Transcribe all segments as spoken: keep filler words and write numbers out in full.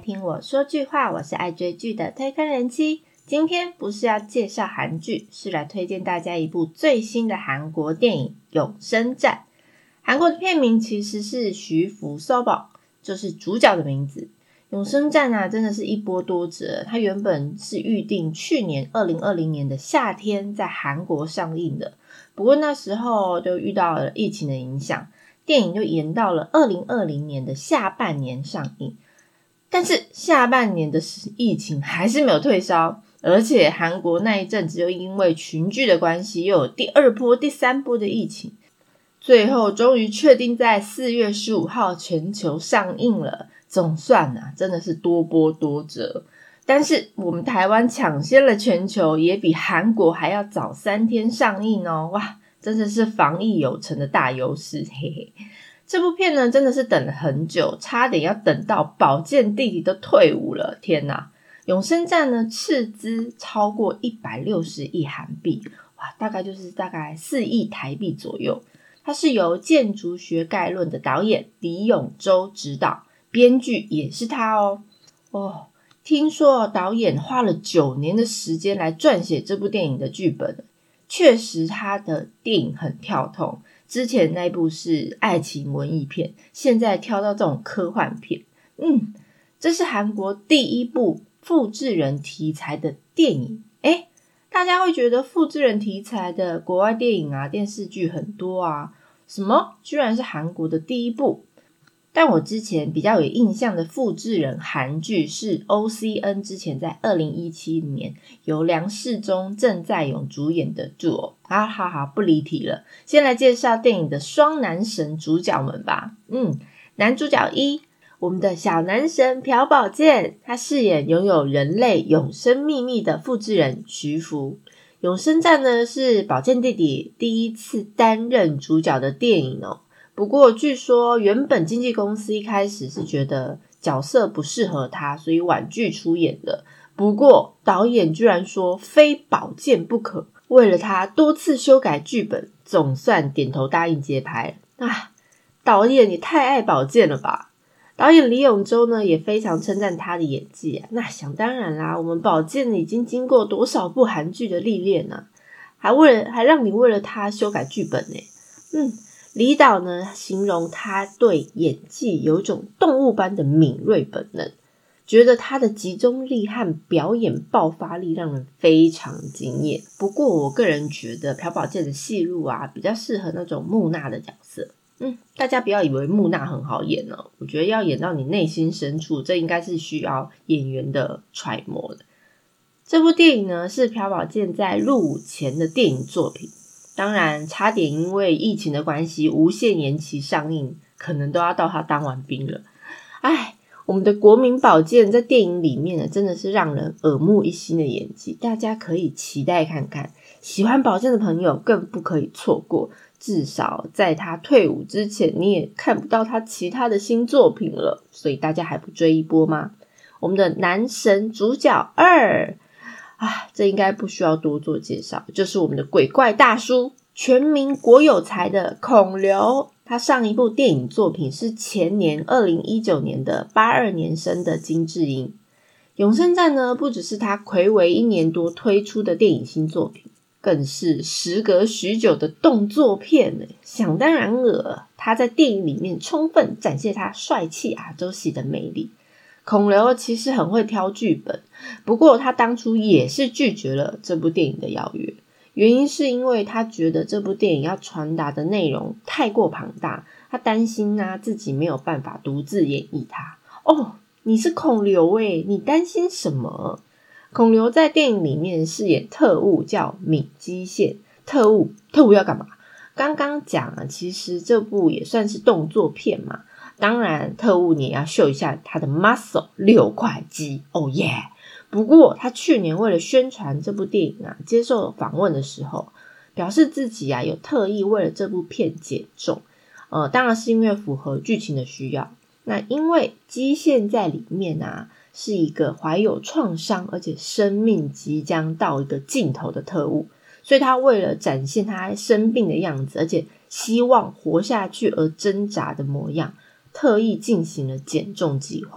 听我说句话，我是爱追剧的推坑人妻。今天不是要介绍韩剧，是来推荐大家一部最新的韩国电影《永生战》。韩国的片名其实是徐福收宝，就是主角的名字。永生战啊，真的是一波多折。它原本是预定去年二零二零年的夏天在韩国上映的，不过那时候就遇到了疫情的影响，电影就延到了二零二零年的下半年上映。但是下半年的疫情还是没有退烧，而且韩国那一阵子又因为群聚的关系，又有第二波、第三波的疫情，最后终于确定在四月十五号全球上映了。总算啊，真的是多波多折。但是我们台湾抢先了全球，也比韩国还要早三天上映哦！哇，真的是防疫有成的大优势，嘿嘿。这部片呢，真的是等了很久，差点要等到宝剑弟弟都退伍了，天哪！永生战呢，斥资超过一百六十亿韩币，哇，大概就是大概四亿台币左右。它是由《建筑学概论》的导演李永洲执导，编剧也是他哦。哦，听说导演花了九年的时间来撰写这部电影的剧本，确实他的电影很跳痛。之前那部是爱情文艺片，现在跳到这种科幻片。嗯，这是韩国第一部复制人题材的电影。诶，大家会觉得复制人题材的国外电影啊、电视剧很多啊，什么居然是韩国的第一部？但我之前比较有印象的复制人韩剧是 O C N 之前在二零一七年由梁世宗、郑在勇主演的《Duo》。好好好，不离题了，先来介绍电影的双男神主角们吧。嗯，男主角一，我们的小男神朴宝剑，他饰演拥有人类永生秘密的复制人徐福。永生战呢，是宝剑弟弟第一次担任主角的电影哦。不过据说原本经纪公司一开始是觉得角色不适合他，所以婉拒出演的。不过导演居然说非宝剑不可，为了他多次修改剧本，总算点头答应接拍啊！导演也太爱宝剑了吧！导演李永洲呢也非常称赞他的演技啊。那想当然啦，我们宝剑已经经过多少部韩剧的历练啊，还为了还让你为了他修改剧本呢。嗯。李导呢形容他对演技有种动物般的敏锐本能，觉得他的集中力和表演爆发力让人非常惊艳。不过我个人觉得朴宝剑的戏路啊比较适合那种木讷的角色。嗯，大家不要以为木讷很好演哦，我觉得要演到你内心深处，这应该是需要演员的揣摩的。这部电影呢是朴宝剑在入伍前的电影作品。当然差点因为疫情的关系无限延期上映，可能都要到他当完兵了。唉，我们的国民宝剑在电影里面呢，真的是让人耳目一新的演技，大家可以期待看看。喜欢宝剑的朋友更不可以错过，至少在他退伍之前你也看不到他其他的新作品了，所以大家还不追一波吗？我们的男神主角二啊，这应该不需要多做介绍，就是我们的鬼怪大叔，全民国有财的孔刘。他上一部电影作品是前年二零一九年的八二年生的金智英。永生战呢，不只是他睽违一年多推出的电影新作品，更是时隔许久的动作片呢。想当然尔，他在电影里面充分展现他帅气亚洲系的魅力。孔刘其实很会挑剧本，不过他当初也是拒绝了这部电影的邀约，原因是因为他觉得这部电影要传达的内容太过庞大，他担心啊自己没有办法独自演绎它。哦，你是孔刘诶，你担心什么？孔刘在电影里面饰演特务叫闵基宪，特务特务要干嘛？刚刚讲啊，其实这部也算是动作片嘛。当然特务你也要秀一下他的 muscle 六块肌哦耶！不过他去年为了宣传这部电影啊，接受访问的时候表示自己啊有特意为了这部片减重，呃，当然是因为符合剧情的需要。那因为基宪在里面啊是一个怀有创伤而且生命即将到一个尽头的特务，所以他为了展现他生病的样子，而且希望活下去而挣扎的模样，特意进行了减重计划，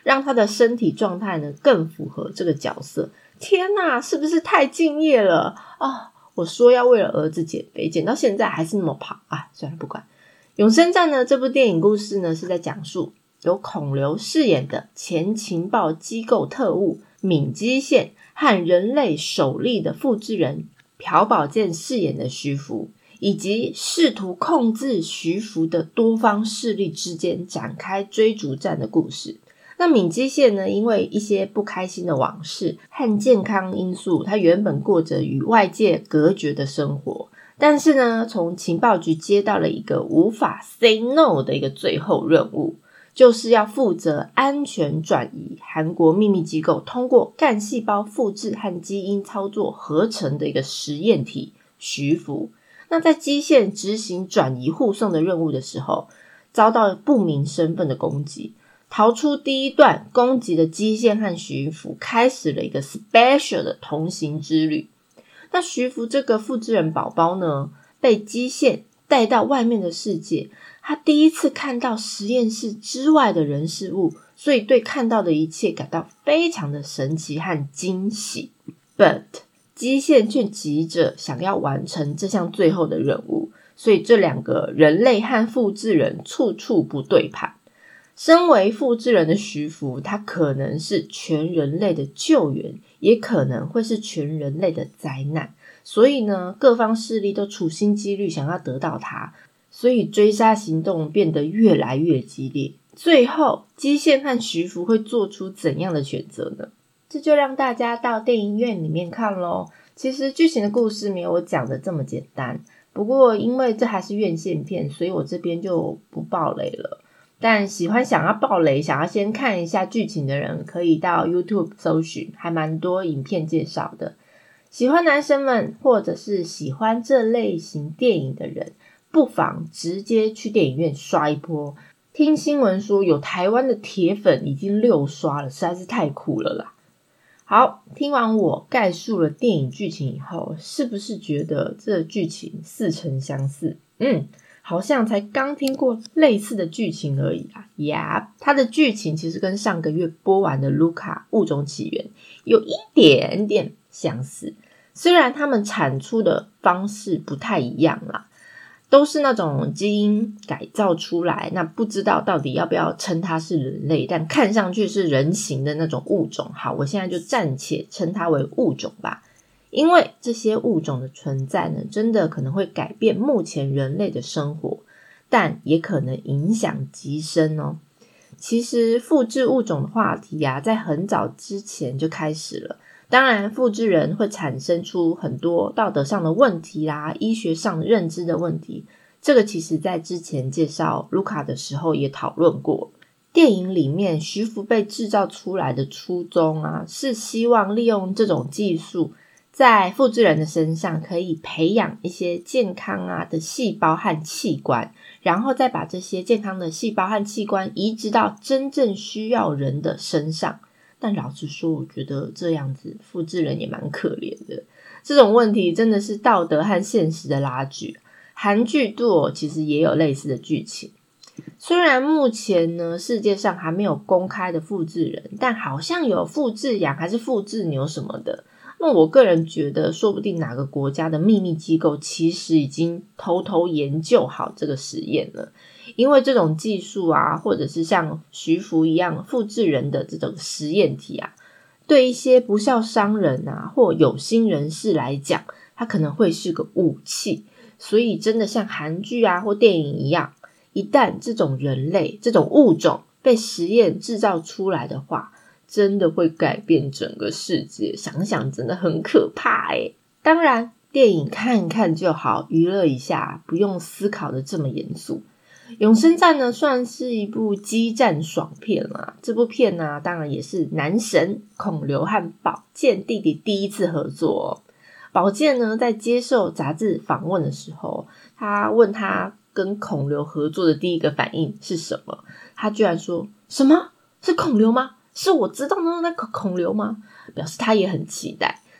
让他的身体状态呢更符合这个角色。天哪，是不是太敬业了啊？我说要为了儿子减肥，减到现在还是那么胖啊！算了，不管。永生战呢，这部电影故事呢是在讲述由孔刘饰演的前情报机构特务闵基宪和人类首例的复制人朴宝剑饰演的徐福，以及试图控制徐福的多方势力之间展开追逐战的故事。那闵基宪呢，因为一些不开心的往事和健康因素，他原本过着与外界隔绝的生活，但是呢，从情报局接到了一个无法 say no 的一个最后任务，就是要负责安全转移韩国秘密机构通过干细胞复制和基因操作合成的一个实验体徐福。那在基线执行转移护送的任务的时候，遭到不明身份的攻击，逃出第一段攻击的基线和徐福开始了一个 special 的同行之旅。那徐福这个复制人宝宝呢，被基线带到外面的世界，他第一次看到实验室之外的人事物，所以对看到的一切感到非常的神奇和惊喜。 But 基线却急着想要完成这项最后的任务，所以这两个人类和复制人处处不对盘。身为复制人的徐福，他可能是全人类的救援，也可能会是全人类的灾难，所以呢，各方势力都处心积虑想要得到他，所以追杀行动变得越来越激烈。最后基线和徐福会做出怎样的选择呢？这就让大家到电影院里面看咯。其实剧情的故事没有我讲的这么简单，不过因为这还是院线片，所以我这边就不爆雷了。但喜欢想要爆雷，想要先看一下剧情的人，可以到 YouTube 搜寻，还蛮多影片介绍的。喜欢男生们或者是喜欢这类型电影的人，不妨直接去电影院刷一波。听新闻说有台湾的铁粉已经六刷了，实在是太酷了啦。好，听完我概述了电影剧情以后，是不是觉得这剧情似曾相似？嗯，好像才刚听过类似的剧情而已啊。呀，它的剧情其实跟上个月播完的卢卡物种起源有一点点相似，虽然他们产出的方式不太一样啦，都是那种基因改造出来，那不知道到底要不要称它是人类，但看上去是人形的那种物种。好，我现在就暂且称它为物种吧，因为这些物种的存在呢，真的可能会改变目前人类的生活，但也可能影响极深哦。其实复制物种的话题啊，在很早之前就开始了。当然复制人会产生出很多道德上的问题啦，医学上的认知的问题，这个其实在之前介绍卢卡的时候也讨论过。电影里面徐福被制造出来的初衷啊，是希望利用这种技术在复制人的身上可以培养一些健康啊的细胞和器官，然后再把这些健康的细胞和器官移植到真正需要人的身上。但老实说，我觉得这样子复制人也蛮可怜的。这种问题真的是道德和现实的拉锯。韩剧《Duo》其实也有类似的剧情。虽然目前呢世界上还没有公开的复制人，但好像有复制羊还是复制牛什么的。那我个人觉得，说不定哪个国家的秘密机构其实已经偷偷研究好这个实验了。因为这种技术啊，或者是像徐福一样复制人的这种实验体啊，对一些不肖商人啊或有心人士来讲，它可能会是个武器。所以真的像韩剧啊或电影一样，一旦这种人类这种物种被实验制造出来的话，真的会改变整个世界，想想真的很可怕耶。当然电影看一看就好，娱乐一下，不用思考的这么严肃。永生战呢算是一部激战爽片啦，这部片呢、啊、当然也是男神孔刘和宝剑弟弟第一次合作哦。宝剑呢在接受杂志访问的时候，他问他跟孔刘合作的第一个反应是什么，他居然说什么是孔刘吗？是我知道的那个孔刘吗？表示他也很期待。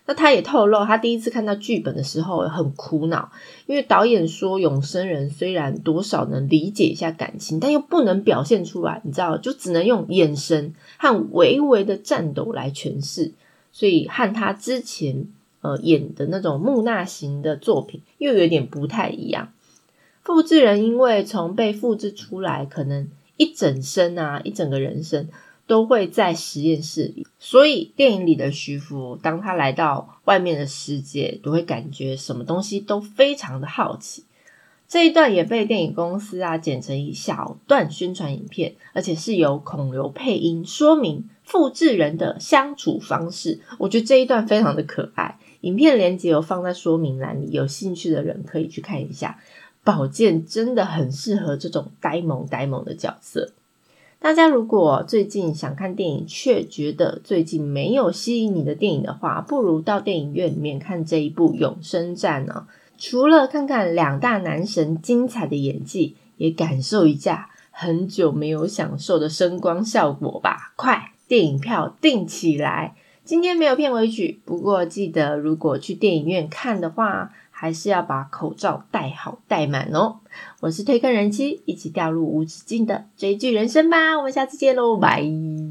那他也透露他第一次看到剧本的时候很苦恼，因为导演说永生人虽然多少能理解一下感情，但又不能表现出来，你知道，就只能用眼神和微微的颤抖来诠释，所以和他之前呃演的那种木讷型的作品又有点不太一样。复制人因为从被复制出来可能一整生啊一整个人生都会在实验室里，所以电影里的徐福当他来到外面的世界都会感觉什么东西都非常的好奇。这一段也被电影公司啊剪成一小段宣传影片，而且是由孔刘配音说明复制人的相处方式，我觉得这一段非常的可爱，影片连结有放在说明栏里，有兴趣的人可以去看一下。宝剑真的很适合这种呆萌呆萌的角色。大家如果最近想看电影却觉得最近没有吸引你的电影的话，不如到电影院里面看这一部《永生战》哦。除了看看两大男神精彩的演技，也感受一下很久没有享受的声光效果吧。快，电影票订起来！今天没有片尾曲，不过记得如果去电影院看的话，还是要把口罩戴好戴满哦。我是推坑人妻，一起掉入无止境的追剧人生吧，我们下次见喽，拜。